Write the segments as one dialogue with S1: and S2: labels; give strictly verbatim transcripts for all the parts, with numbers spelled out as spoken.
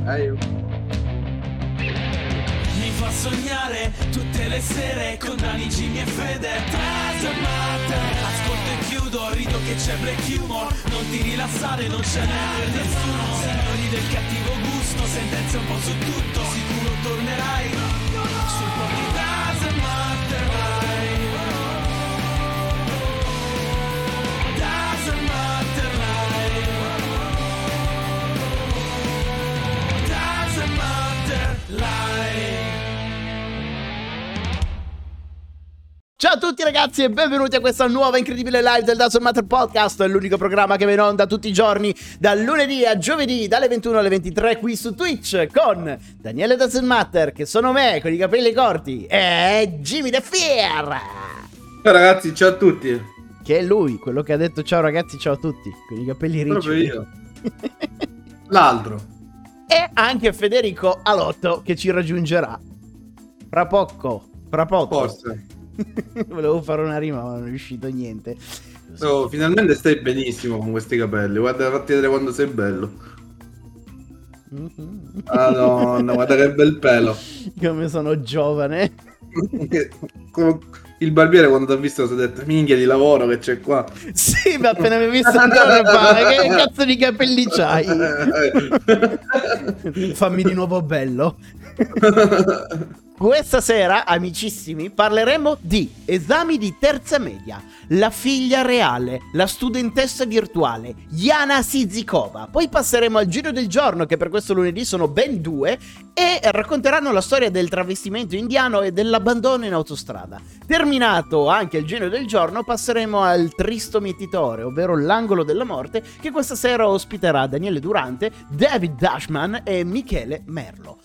S1: Eh, io.
S2: Mi fa sognare tutte le sere con Dani, Jimmy e Fede. Doesn't matter. Ascolto e chiudo, rido che c'è black humor. Non ti rilassare, non ce n'è per nessuno. Signori del cattivo gusto, sentenze un po' su tutto. Sicuro tornerai sul po' di Doesn't matter. Doesn't matter. Doesn't matter. Live.
S3: Ciao a tutti ragazzi e benvenuti a questa nuova incredibile live del Doesn't Matter Podcast, l'unico programma che va in onda tutti i giorni dal lunedì a giovedì dalle ventuno alle ventitré qui su Twitch con Daniele Doesn't Matter, che sono me con i capelli corti, e Jimmy The Fear,
S1: Ciao ragazzi, ciao a tutti.
S3: che è lui, quello che ha detto ciao ragazzi, ciao a tutti, con i capelli
S1: Proprio
S3: ricci.
S1: io. L'altro.
S3: E anche Federico Alotto che ci raggiungerà fra poco, fra poco.
S1: Forse.
S3: Volevo fare una rima ma non è riuscito niente.
S1: Oh, finalmente stai benissimo con questi capelli. Guarda, fatti vedere quando sei bello. Madonna, guarda che bel pelo.
S3: Come sono giovane.
S1: Il barbiere quando ti ha visto si è detto minchia di lavoro che c'è qua.
S3: Sì, ma appena mi hai visto andare fare, che cazzo di capelli c'hai? Fammi di nuovo bello. Questa sera, amicissimi, parleremo di esami di terza media, la figlia reale, la studentessa virtuale, Yana Sizikova. Poi passeremo al giro del giorno, che per questo lunedì sono ben due, e racconteranno la storia del travestimento indiano e dell'abbandono in autostrada. Terminato anche il giro del giorno, passeremo al tristo mietitore, ovvero l'angolo della morte, che questa sera ospiterà Daniele Durante, David Dashman e Michele Merlo.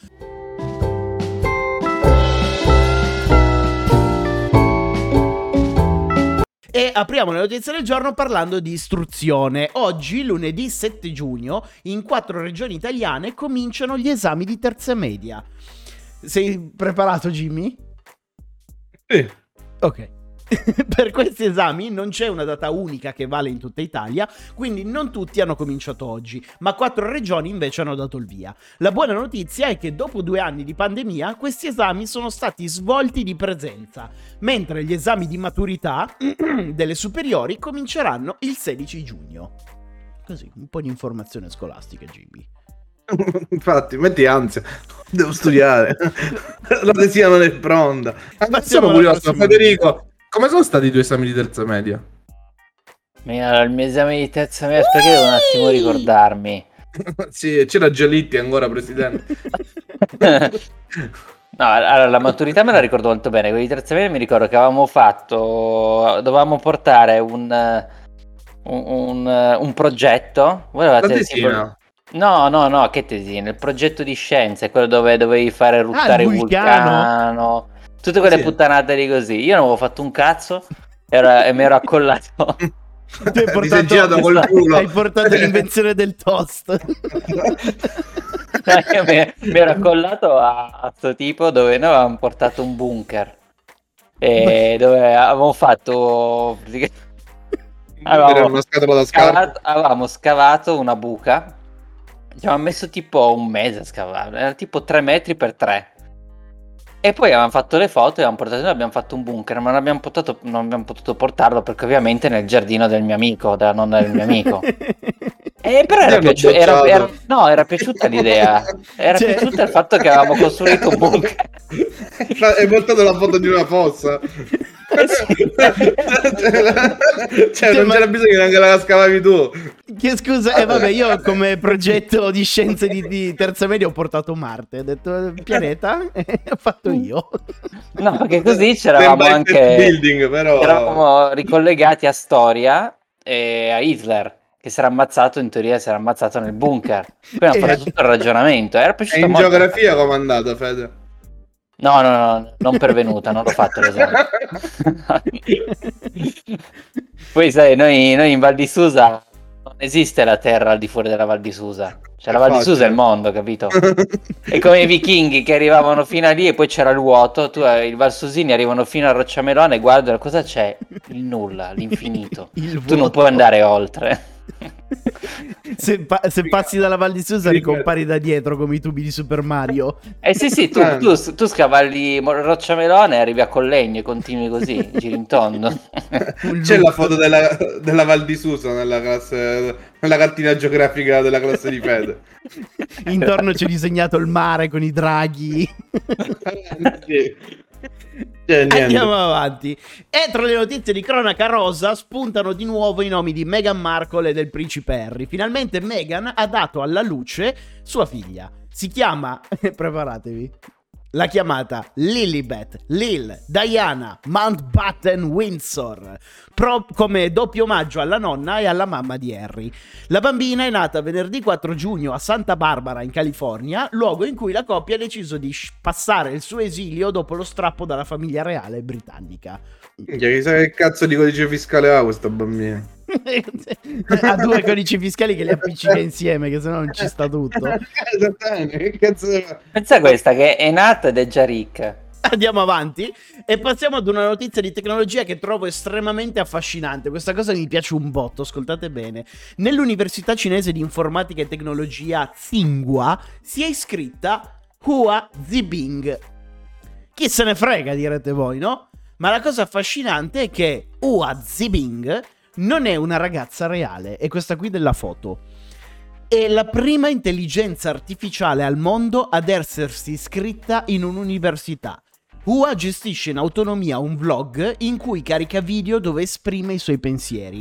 S3: E apriamo le notizie del giorno parlando di istruzione. Oggi, lunedì sette giugno, in quattro regioni italiane cominciano gli esami di terza media. Sei preparato, Jimmy?
S1: Sì.
S3: Ok. Per questi esami non c'è una data unica che vale in tutta Italia, quindi non tutti hanno cominciato oggi, ma quattro regioni invece hanno dato il via. La buona notizia è che dopo due anni di pandemia questi esami sono stati svolti di presenza, mentre gli esami di maturità delle superiori cominceranno il sedici giugno. Così, un po' di informazione scolastica, Jimmy.
S1: Infatti, metti ansia, devo studiare. La tesina non è pronta. Ma
S3: Passiamo
S1: sono
S3: alla
S1: curioso,
S3: prossima
S1: Federico. Come sono stati i tuoi esami di terza media?
S4: Allora, il mio esame di terza media, perché devo un attimo ricordarmi.
S1: Sì, c'era Giolitti ancora presidente.
S4: No, allora la maturità me la ricordo molto bene. Quelli di terza media mi ricordo che avevamo fatto, dovevamo portare un un, un, un progetto. Voi avevate
S1: La tesina.
S4: tipo... No, no, no, che tesina? Il progetto di scienze, quello dove dovevi fare ruttare
S3: il
S4: il
S3: vulcano.
S4: vulcano. Tutte quelle
S1: Sì.
S4: puttanate lì così. Io non avevo fatto un cazzo era, e mi ero accollato.
S3: Tu hai
S1: Ti sei girato col culo.
S3: hai portato l'invenzione del toast.
S4: No, io mi, mi ero accollato a, a sto tipo dove noi avevamo portato un bunker e dove avevamo fatto
S1: Era
S4: avevamo
S1: una scatola da scarpe.
S4: scavato, avevamo scavato una buca. Ci avevamo messo tipo un mese a scavare, era tipo tre metri per tre. E poi avevamo fatto le foto e abbiamo portato, noi abbiamo fatto un bunker, ma non abbiamo, portato, non abbiamo potuto portarlo perché ovviamente nel giardino del mio amico, della nonna del mio amico. E però era,
S1: Ti hanno
S4: piaciuta, era,
S1: bocciato.
S4: era, no, era piaciuta l'idea, era
S3: Cioè-
S4: piaciuta il fatto che avevamo costruito un bunker.
S1: Hai portato la foto di una fossa. Cioè, non
S3: ma-
S1: c'era bisogno che neanche la scavavi tu.
S3: Che scusa, eh vabbè, io come progetto di scienze di, di terza media ho portato Marte, ho detto il pianeta, e ho fatto io.
S4: No, perché così c'eravamo
S1: Sembra il
S4: anche
S1: test building, però.
S4: eravamo ricollegati a storia e a Hitler, che si era ammazzato, in teoria si era ammazzato nel bunker. Poi abbiamo
S3: Eh.
S4: fatto tutto il ragionamento, era
S1: E
S4: piaciuto
S1: in
S4: molto.
S1: geografia com'è andata, Fede?
S4: No, no, no, non pervenuta, non l'ho fatto l'esame. Poi sai, noi, noi in Val di Susa non esiste la terra al di fuori della Val di Susa. Cioè la Val di Susa è il mondo, capito? È come i vichinghi che arrivavano fino a lì e poi c'era il vuoto. Tu, eh, i Valsusini arrivano fino a Rocciamelone e guardano cosa c'è? Il nulla, l'infinito.
S3: Il
S4: Tu non
S3: vuoto.
S4: puoi andare oltre.
S3: Se, pa- se passi dalla Val di Susa ricompari da dietro come i tubi di Super Mario.
S4: Eh sì sì, tu, tu, tu scavalli Rocciamelone e arrivi a Collegno e continui così, giri in tondo.
S1: C'è la foto della, della Val di Susa nella classe, nella cartina geografica della classe di Fede.
S3: Intorno c'è disegnato il mare con i draghi.
S1: Cioè,
S3: Andiamo avanti. E tra le notizie di cronaca rosa spuntano di nuovo i nomi di Meghan Markle e del principe Harry. Finalmente Meghan ha dato alla luce sua figlia. Si chiama, preparatevi, la chiamata Lilibet Lil Diana Mountbatten Windsor, pro- come doppio omaggio alla nonna e alla mamma di Harry. La bambina è nata venerdì quattro giugno a Santa Barbara in California, luogo in cui la coppia ha deciso di sh- passare il suo esilio dopo lo strappo dalla famiglia reale britannica.
S1: Chissà che cazzo di codice fiscale ha questa bambina.
S3: Ha due codici fiscali che li appiccica insieme, che sennò non ci sta tutto.
S1: Che cazzo...
S4: Pensa a questa che è nata ed è già ricca.
S3: Andiamo avanti e passiamo ad una notizia di tecnologia che trovo estremamente affascinante. Questa cosa mi piace un botto, ascoltate bene. Nell'Università Cinese di Informatica e Tecnologia Tsinghua si è iscritta Hua Zibing. Chi se ne frega, direte voi, no? Ma la cosa affascinante è che Hua Zibing non è una ragazza reale, è questa qui della foto. È la prima intelligenza artificiale al mondo ad essersi iscritta in un'università. Hua gestisce in autonomia un vlog in cui carica video dove esprime i suoi pensieri.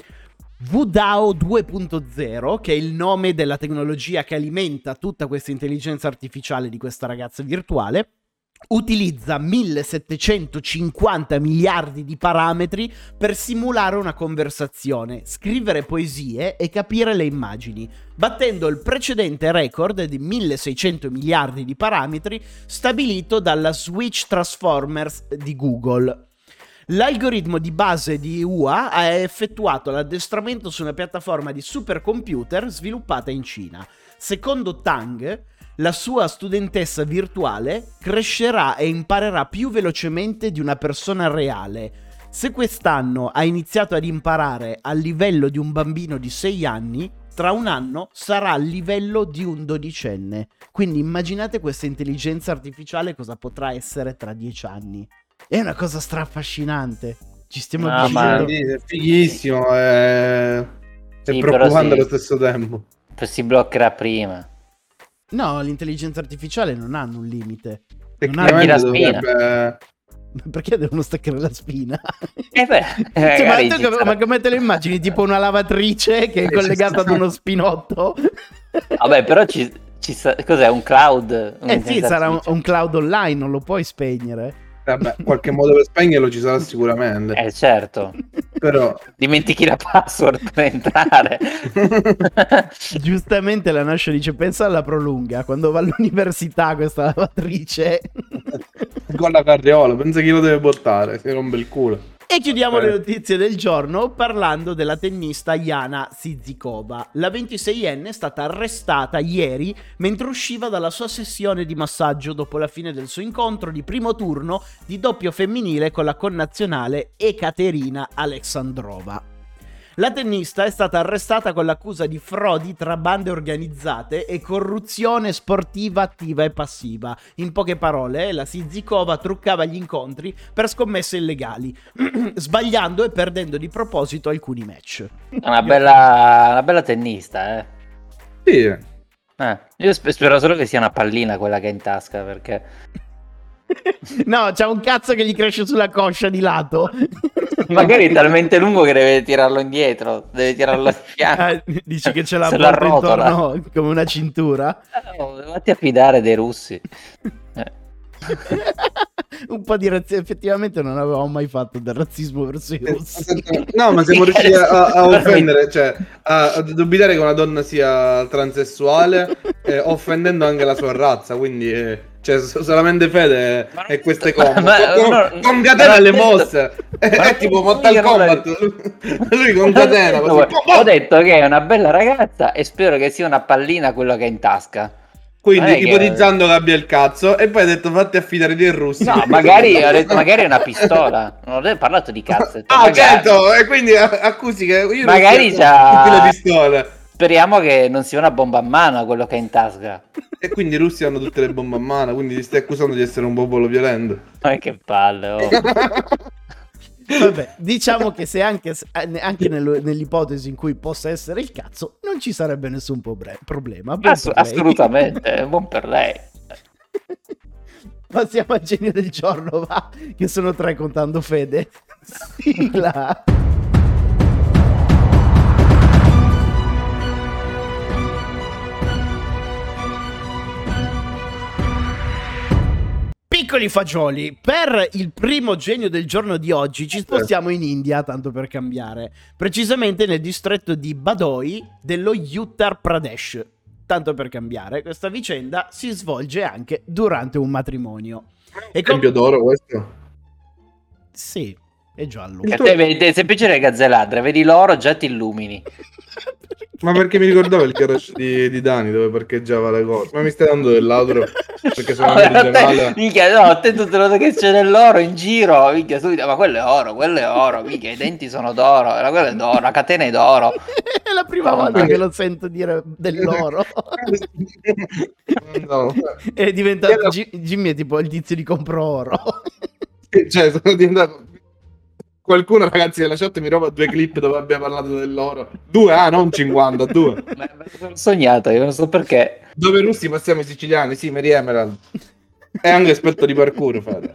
S3: Wudao due punto zero, che è il nome della tecnologia che alimenta tutta questa intelligenza artificiale di questa ragazza virtuale, utilizza millesettecentocinquanta miliardi di parametri per simulare una conversazione, scrivere poesie e capire le immagini, battendo il precedente record di milleseicento miliardi di parametri stabilito dalla Switch Transformers di Google. L'algoritmo di base di Hua ha effettuato l'addestramento su una piattaforma di supercomputer sviluppata in Cina. Secondo Tang, la sua studentessa virtuale crescerà e imparerà più velocemente di una persona reale. Se quest'anno ha iniziato ad imparare al livello di un bambino di sei anni, tra un anno sarà al livello di un dodicenne. Quindi immaginate questa intelligenza artificiale cosa potrà essere tra dieci anni. È una cosa straffascinante. Ci stiamo
S4: No,
S3: dicendo...
S1: È fighissimo, è, è
S4: Sì,
S1: preoccupante
S4: però sì.
S1: allo stesso tempo.
S4: Si bloccherà prima.
S3: No, l'intelligenza artificiale non hanno un limite. Non
S1: Tecnicamente
S4: la spina.
S1: dovrebbe...
S3: Perché devono staccare la spina?
S4: Eh beh,
S3: Cioè, ma,
S4: magari
S3: tu
S4: ci
S3: come,
S4: sarà-
S3: ma come te lo immagini? Tipo una lavatrice che è
S1: Eh, ci
S3: collegata ad
S1: sta.
S3: uno spinotto?
S4: Vabbè, però ci, ci sa- cos'è? Un cloud?
S3: Eh sì,
S4: Un'intelligenza
S3: sarà un,
S4: artificiale.
S3: un cloud online, non lo puoi spegnere.
S1: Vabbè, qualche modo per spegnerlo ci sarà sicuramente.
S4: Eh certo,
S1: Però...
S4: dimentichi la password per entrare.
S3: Giustamente la Nascia dice, pensa alla prolunga, quando va all'università questa lavatrice.
S1: Con la carriola, pensa chi lo deve portare, si rompe il culo.
S3: E chiudiamo
S1: Eh.
S3: le notizie del giorno parlando della tennista Jana Sizikova. La ventiseienne è stata arrestata ieri mentre usciva dalla sua sessione di massaggio dopo la fine del suo incontro di primo turno di doppio femminile con la connazionale Ekaterina Alexandrova. La tennista è stata arrestata con l'accusa di frodi tra bande organizzate e corruzione sportiva attiva e passiva. In poche parole, la Sizikova truccava gli incontri per scommesse illegali, sbagliando e perdendo di proposito alcuni match.
S4: Una bella, una bella tennista, eh.
S1: Sì,
S4: Eh, io sp- spero solo che sia una pallina quella che è in tasca, perché
S3: No, c'ha un cazzo che gli cresce sulla coscia di lato.
S4: magari è talmente lungo che deve tirarlo indietro, deve tirarlo a fianco.
S3: Ah, dici che ce l'ha
S4: Se la
S3: avvolto
S4: rotola.
S3: intorno come una cintura?
S4: Oh, vatti a fidare dei russi. Eh.
S3: Un po' di razzismo. Effettivamente non avevamo mai fatto del razzismo verso i russi.
S1: no, ma siamo riusciti a, a offendere, cioè a, a dubitare che una donna sia transessuale, eh, offendendo anche la sua razza. Quindi, eh, cioè, so- solamente Fede
S4: Ma-
S1: e queste
S4: ma-
S1: combo.
S4: ma-
S1: con,
S4: no,
S1: con catena alle
S4: ma-
S1: mosse,
S4: ma-
S1: è tipo Mortal
S4: io non
S1: Kombat. Lui con catena, così.
S4: Ho detto che è una bella ragazza e spero che sia una pallina quello che è in tasca.
S1: Quindi
S4: Non è che-
S1: ipotizzando che abbia il cazzo, e poi ha detto fatti affidare dei russi.
S4: No, magari, ho detto, magari è una pistola. Non ho parlato di cazzo. ho detto,
S1: Ah,
S4: magari-
S1: certo, e quindi a- accusi che io
S4: Magari
S1: russi
S4: c'ha-
S1: hanno tutte le pistole.
S4: Speriamo che non sia una bomba a mano quello che è in tasca.
S1: E quindi i russi hanno tutte le bombe a mano, quindi ti stai accusando di essere un popolo violento.
S4: Ma che palle, oh.
S3: Vabbè, diciamo che se anche, anche nello- nell'ipotesi in cui possa essere il cazzo, non ci sarebbe nessun pobre- problema. Buon
S4: Ass-
S3: per lei.
S4: assolutamente, buon per lei.
S3: Passiamo al genio del giorno, va, che sono tre contando Fede. Sigla. Piccoli fagioli, per il primo genio del giorno di oggi ci spostiamo in India, tanto per cambiare, precisamente nel distretto di Badoi dello Uttar Pradesh. Tanto per cambiare, questa vicenda si svolge anche durante un matrimonio. E com-
S1: Tempio d'oro questo?
S3: Sì, è giallo.
S4: A te vedi, semplice le gazzeladre, vedi l'oro, già ti illumini.
S1: Ma perché mi ricordavo il garage di, di Dani dove parcheggiava le cose. Ma mi stai dando dell'altro? Perché sono
S4: No, a te,
S1: meridionale.
S4: minchia, no, a te tutte le volte che c'è dell'oro in giro, minchia, subito, ma quello è oro, quello è oro, minchia, i denti sono d'oro, la, quello è d'oro, la catena è d'oro.
S3: È la prima
S4: No,
S3: volta
S4: no.
S3: che lo sento dire dell'oro.
S1: No.
S3: È diventato Gi- Jimmy è tipo il tizio di compro oro.
S1: Cioè, sono diventato... Qualcuno, ragazzi, della chat mi trova due clip dove abbiamo parlato dell'oro. Due, ah, non cinquanta, due.
S4: Ma me lo sono sognato, io non so perché.
S1: Dove i russi passiamo i siciliani, sì, Mary Emerald. È anche esperto di parkour, Fede.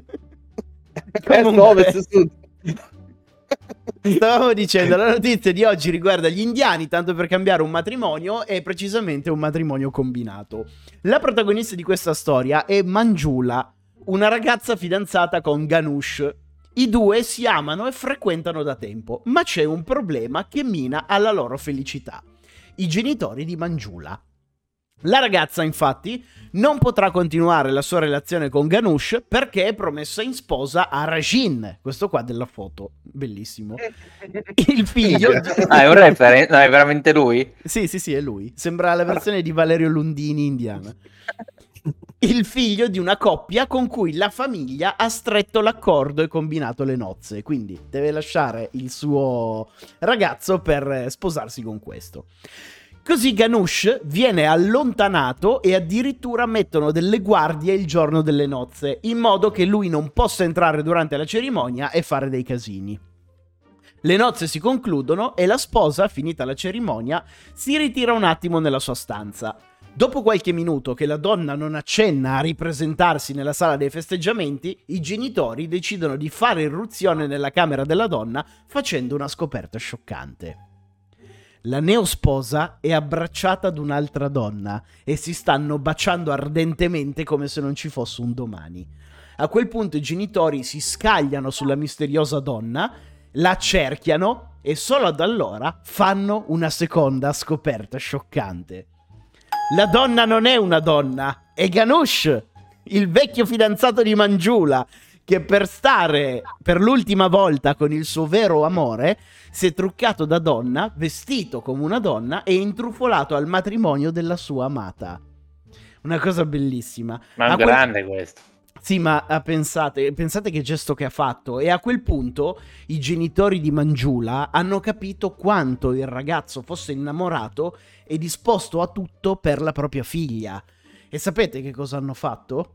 S1: Est,
S3: Comunque-
S1: ovest, sud.
S3: Stavamo dicendo, la notizia di oggi riguarda gli indiani, tanto per cambiare un matrimonio, e precisamente un matrimonio combinato. La protagonista di questa storia è Manjula, una ragazza fidanzata con Ganush. I due si amano e frequentano da tempo, ma c'è un problema che mina alla loro felicità: i genitori di Manjula. La ragazza, infatti, non potrà continuare la sua relazione con Ganush perché è promessa in sposa a Rajin, questo qua della foto, bellissimo. Il figlio...
S4: Ah, è un reference? No, è veramente lui?
S3: Sì, sì, sì, è lui. Sembra la versione di Valerio Lundini indiana. Il figlio di una coppia con cui la famiglia ha stretto l'accordo e combinato le nozze, quindi deve lasciare il suo ragazzo per sposarsi con questo. Così Ganush viene allontanato e addirittura mettono delle guardie il giorno delle nozze, in modo che lui non possa entrare durante la cerimonia e fare dei casini. Le nozze si concludono e la sposa, finita la cerimonia, si ritira un attimo nella sua stanza. Dopo qualche minuto che la donna non accenna a ripresentarsi nella sala dei festeggiamenti, i genitori decidono di fare irruzione nella camera della donna facendo una scoperta scioccante. La neosposa è abbracciata ad un'altra donna e si stanno baciando ardentemente come se non ci fosse un domani. A quel punto i genitori si scagliano sulla misteriosa donna, la accerchiano e solo da allora fanno una seconda scoperta scioccante. La donna non è una donna, è Ganush, il vecchio fidanzato di Manjula, che per stare per l'ultima volta con il suo vero amore si è truccato da donna, vestito come una donna e intrufolato al matrimonio della sua amata. Una cosa bellissima.
S4: Ma è
S3: A
S4: un
S3: quel-
S4: grande questo.
S3: Sì, ma ah, pensate, pensate che gesto che ha fatto. E a quel punto i genitori di Manjula hanno capito quanto il ragazzo fosse innamorato e disposto a tutto per la propria figlia. E sapete che cosa hanno fatto?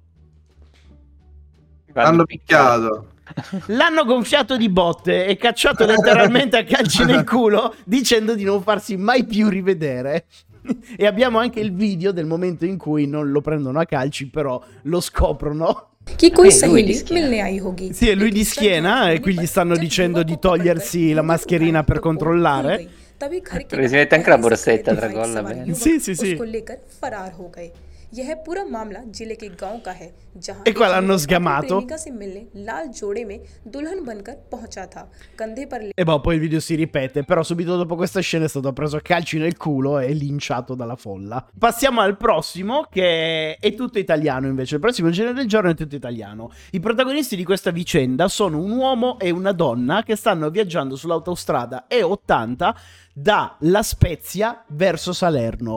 S1: Hanno picchiato.
S3: L'hanno gonfiato di botte e cacciato letteralmente a calci nel culo, dicendo di non farsi mai più rivedere. E abbiamo anche il video del momento in cui non lo prendono a calci, però lo scoprono.
S5: कि कोई
S4: Eh, lui di
S5: सहेली
S4: schiena.
S5: मिलने आई होगी।
S3: Sì, è lui di schiena e qui gli stanno dicendo di togliersi la mascherina per controllare.
S5: तभी घर के
S4: Perché si mette anche la borsetta tra colla bene.
S3: Sì, sì, sì.
S5: उसको लेकर फरार हो गए। यह पूरा मामला जिले के गांव का है जहां
S3: E qua
S5: एक
S3: l'hanno
S5: युवक अपनी
S3: sgamato.
S5: प्रेमिका से मिलने लाल जोड़े में दुल्हन बनकर पहुंचा था। कंधे पर
S3: E boh, poi il video si ripete, però subito dopo questa scena è stato preso a calci nel culo e linciato dalla folla. Passiamo al prossimo, che è tutto italiano invece. Il prossimo genere del giorno è tutto italiano. I protagonisti di questa vicenda sono un uomo e una donna che stanno viaggiando sull'autostrada E ottanta da La Spezia verso Salerno.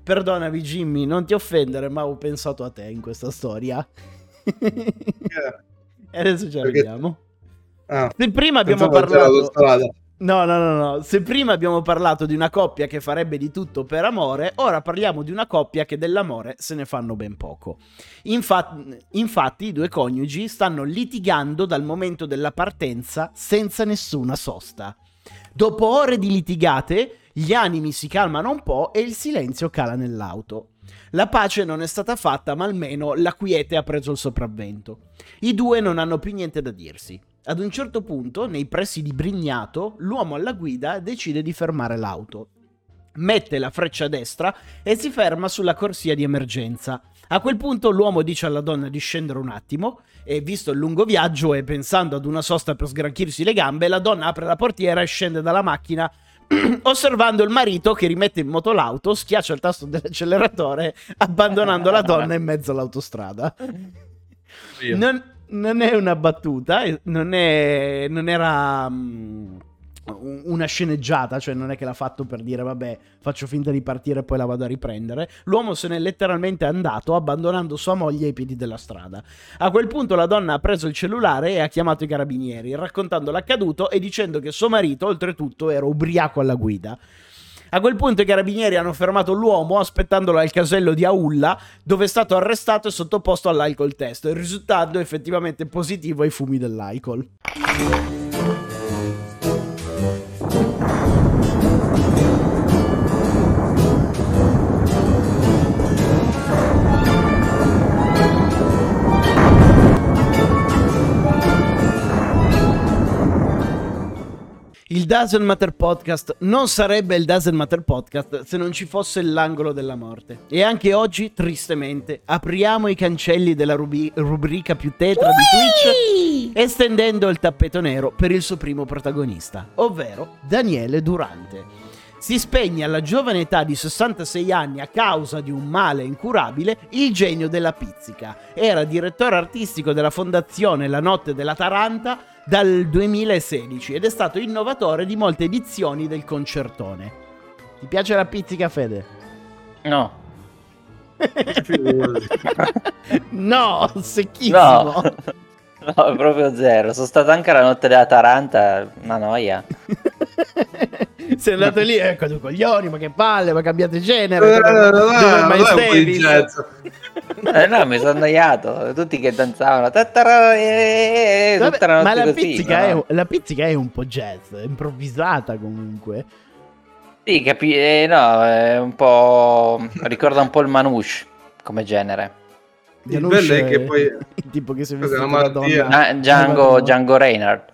S3: Perdonami Jimmy, non ti offendere, ma ho pensato a te in questa storia.
S1: Eh,
S3: E adesso ci
S1: Perché-
S3: arriviamo.
S1: ah,
S3: Se prima abbiamo
S1: pensavo c'era
S3: parlato...
S1: l'autostrada.
S3: No, no, no, no. Se prima abbiamo parlato di una coppia che farebbe di tutto per amore, ora parliamo di una coppia che dell'amore se ne fanno ben poco. Infatti, infatti i due coniugi stanno litigando dal momento della partenza senza nessuna sosta. Dopo ore di litigate, gli animi si calmano un po' e il silenzio cala nell'auto. La pace non è stata fatta, ma almeno la quiete ha preso il sopravvento. I due non hanno più niente da dirsi. Ad un certo punto, nei pressi di Brignato, l'uomo alla guida decide di fermare l'auto. Mette la freccia a destra e si ferma sulla corsia di emergenza. A quel punto l'uomo dice alla donna di scendere un attimo e, visto il lungo viaggio e pensando ad una sosta per sgranchirsi le gambe, la donna apre la portiera e scende dalla macchina osservando il marito che rimette in moto l'auto, schiaccia il tasto dell'acceleratore abbandonando la donna in mezzo all'autostrada.
S1: Io.
S3: Non, non è una battuta, eh, non, è, non era mm, una sceneggiata, cioè non è che l'ha fatto per dire vabbè faccio finta di partire e poi la vado a riprendere. L'uomo se n'è letteralmente andato abbandonando sua moglie ai piedi della strada. A quel punto la donna ha preso il cellulare e ha chiamato i carabinieri raccontando l'accaduto e dicendo che suo marito oltretutto era ubriaco alla guida. A quel punto i carabinieri hanno fermato l'uomo aspettandolo al casello di Aulla, dove è stato arrestato e sottoposto all'alcol test, risultando effettivamente positivo ai fumi dell'alcol. Il Doesn't Matter Podcast non sarebbe il Doesn't Matter Podcast se non ci fosse l'angolo della morte. E anche oggi, tristemente, apriamo i cancelli della rubi- rubrica più tetra di Twitch, estendendo il tappeto nero per il suo primo protagonista, ovvero Daniele Durante. Si spegne alla giovane età di sessantasei anni a causa di un male incurabile il genio della pizzica. Era direttore artistico della fondazione La Notte della Taranta dal duemilasedici ed è stato innovatore di molte edizioni del concertone. Ti piace la pizzica, Fede?
S4: No.
S3: No, secchissimo.
S4: No. No, proprio zero. Sono stato anche alla Notte della Taranta, una noia.
S3: Sei andato lì, ecco, due coglioni, ma che palle, ma cambiate genere.
S1: Eh,
S3: dove-
S1: no,
S3: dove
S1: no,
S3: mai
S1: non è un po' di
S3: Davis?
S1: jazz.
S4: Eh, no, mi sono annoiato. Tutti che danzavano. Tattara, eh,
S3: Vabbè,
S4: tutta la
S3: ma
S4: notte
S3: la
S4: così,
S3: pizzica,
S4: no?
S3: è, la pizzica è un po' jazz, è improvvisata comunque.
S4: Sì, capi- eh, no, è un po'. Ricorda un po' il manouche come genere.
S1: Il
S3: Janusz
S1: bello è che poi-
S3: il tipo che si è
S1: Cos'è,
S3: vestito
S1: una
S3: da
S1: malattia?
S3: donna.
S4: Ah, Django, Django Reinhardt.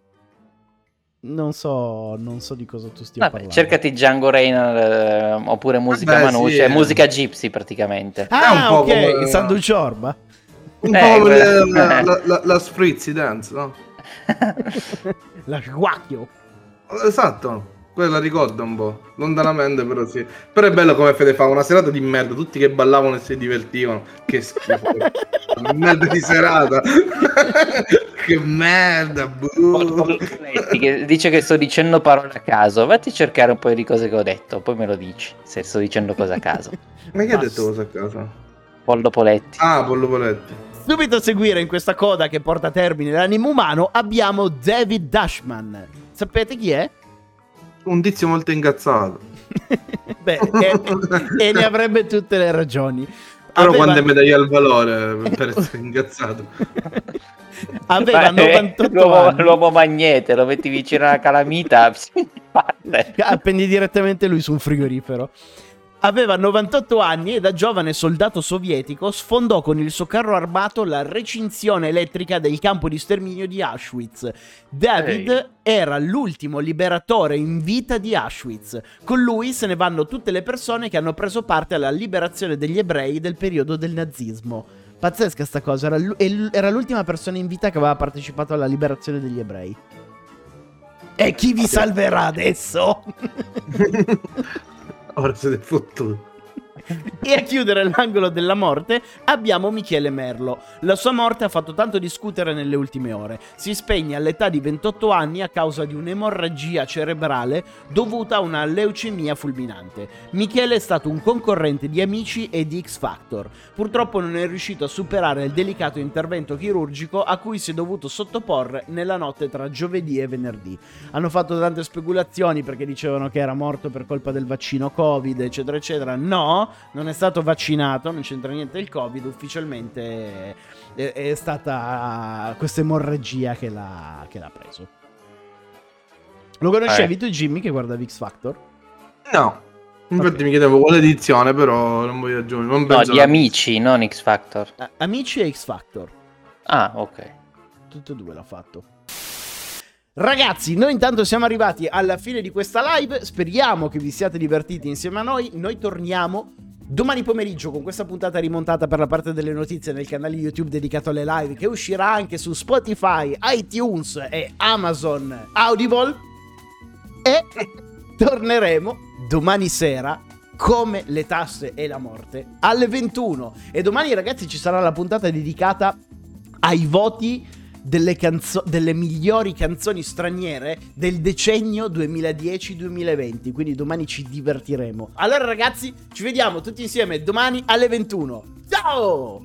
S3: Non so, non so di cosa tu stia
S4: Vabbè,
S3: parlando.
S4: cercati Django Reinhardt eh, oppure musica
S1: Beh,
S4: manouche,
S1: sì,
S4: è
S1: eh.
S4: musica gypsy praticamente.
S1: È un
S3: Ah,
S1: po'
S3: ok,
S1: come-
S3: Sandu Ciorba.
S1: Un
S4: Eh,
S1: po' come
S4: quella-
S1: la, la, la, la Spritzy Dance, no?
S3: La Guacchio.
S1: Esatto, quella ricorda un po', lontanamente però sì. Però è bello come Fede fa una serata di merda, tutti che ballavano e si divertivano. Che schifo. Merda di serata. Che merda, buh.
S4: Che dice che sto dicendo parole a caso. Vatti a cercare un po' di cose che ho detto, poi me lo dici se sto dicendo cose a caso.
S1: Ma chi ha
S3: Basta.
S1: detto cosa a casa?
S4: Pollo Poletti.
S1: Ah, Pollo Poletti.
S3: Subito a seguire in questa coda che porta a termine l'animo umano abbiamo David Dashman. Sapete chi è?
S1: Un tizio molto incazzato.
S3: Beh, e, e ne avrebbe tutte le ragioni.
S1: Però
S3: Aveva-
S1: quante medaglie al valore per essere incazzato.
S3: Aveva
S4: Ma, eh,
S3: novantotto
S4: l'uomo,
S3: anni.
S4: l'uomo magnete, lo metti vicino alla calamita. Palle.
S3: Appendi direttamente lui su un frigorifero. Aveva novantotto anni e da giovane soldato sovietico sfondò con il suo carro armato la recinzione elettrica del campo di sterminio di Auschwitz. David
S4: Ehi.
S3: era l'ultimo liberatore in vita di Auschwitz. Con lui se ne vanno tutte le persone che hanno preso parte alla liberazione degli ebrei del periodo del nazismo. Pazzesca sta cosa, era, l'u- e l- era l'ultima persona in vita che aveva partecipato alla liberazione degli ebrei. E chi vi salverà adesso?
S1: Ora siete fottuti.
S3: E a chiudere l'angolo della morte abbiamo Michele Merlo. La sua morte ha fatto tanto discutere nelle ultime ore. Si spegne all'età di ventotto anni a causa di un'emorragia cerebrale dovuta a una leucemia fulminante. Michele è stato un concorrente di Amici e di X Factor. Purtroppo non è riuscito a superare il delicato intervento chirurgico a cui si è dovuto sottoporre nella notte tra giovedì e venerdì. Hanno fatto tante speculazioni perché dicevano che era morto per colpa del vaccino Covid, eccetera eccetera. No, non è stato vaccinato, non c'entra niente il Covid, ufficialmente è, è stata questa emorragia che l'ha, che l'ha preso. Lo conoscevi
S4: Eh.
S3: tu, Jimmy, che guardavi X Factor?
S1: No. Infatti
S3: Ok.
S1: mi chiedevo quale edizione, però non voglio aggiungere. Non
S4: No,
S1: penso
S4: di
S1: la-
S4: Amici, non X Factor.
S3: Ah, Amici e X Factor.
S4: Ah, ok.
S3: Tutte e due l'ha fatto. Ragazzi, noi intanto siamo arrivati alla fine di questa live. Speriamo che vi siate divertiti insieme a noi. Noi torniamo domani pomeriggio con questa puntata rimontata per la parte delle notizie nel canale YouTube dedicato alle live, che uscirà anche su Spotify, iTunes e Amazon Audible. E torneremo domani sera come le tasse e la morte alle ventuno. E domani, ragazzi, ci sarà la puntata dedicata ai voti delle, canzo- delle migliori canzoni straniere del decennio duemiladieci duemilaventi. Quindi domani ci divertiremo. Allora, ragazzi, ci vediamo tutti insieme domani alle ventuno. Ciao!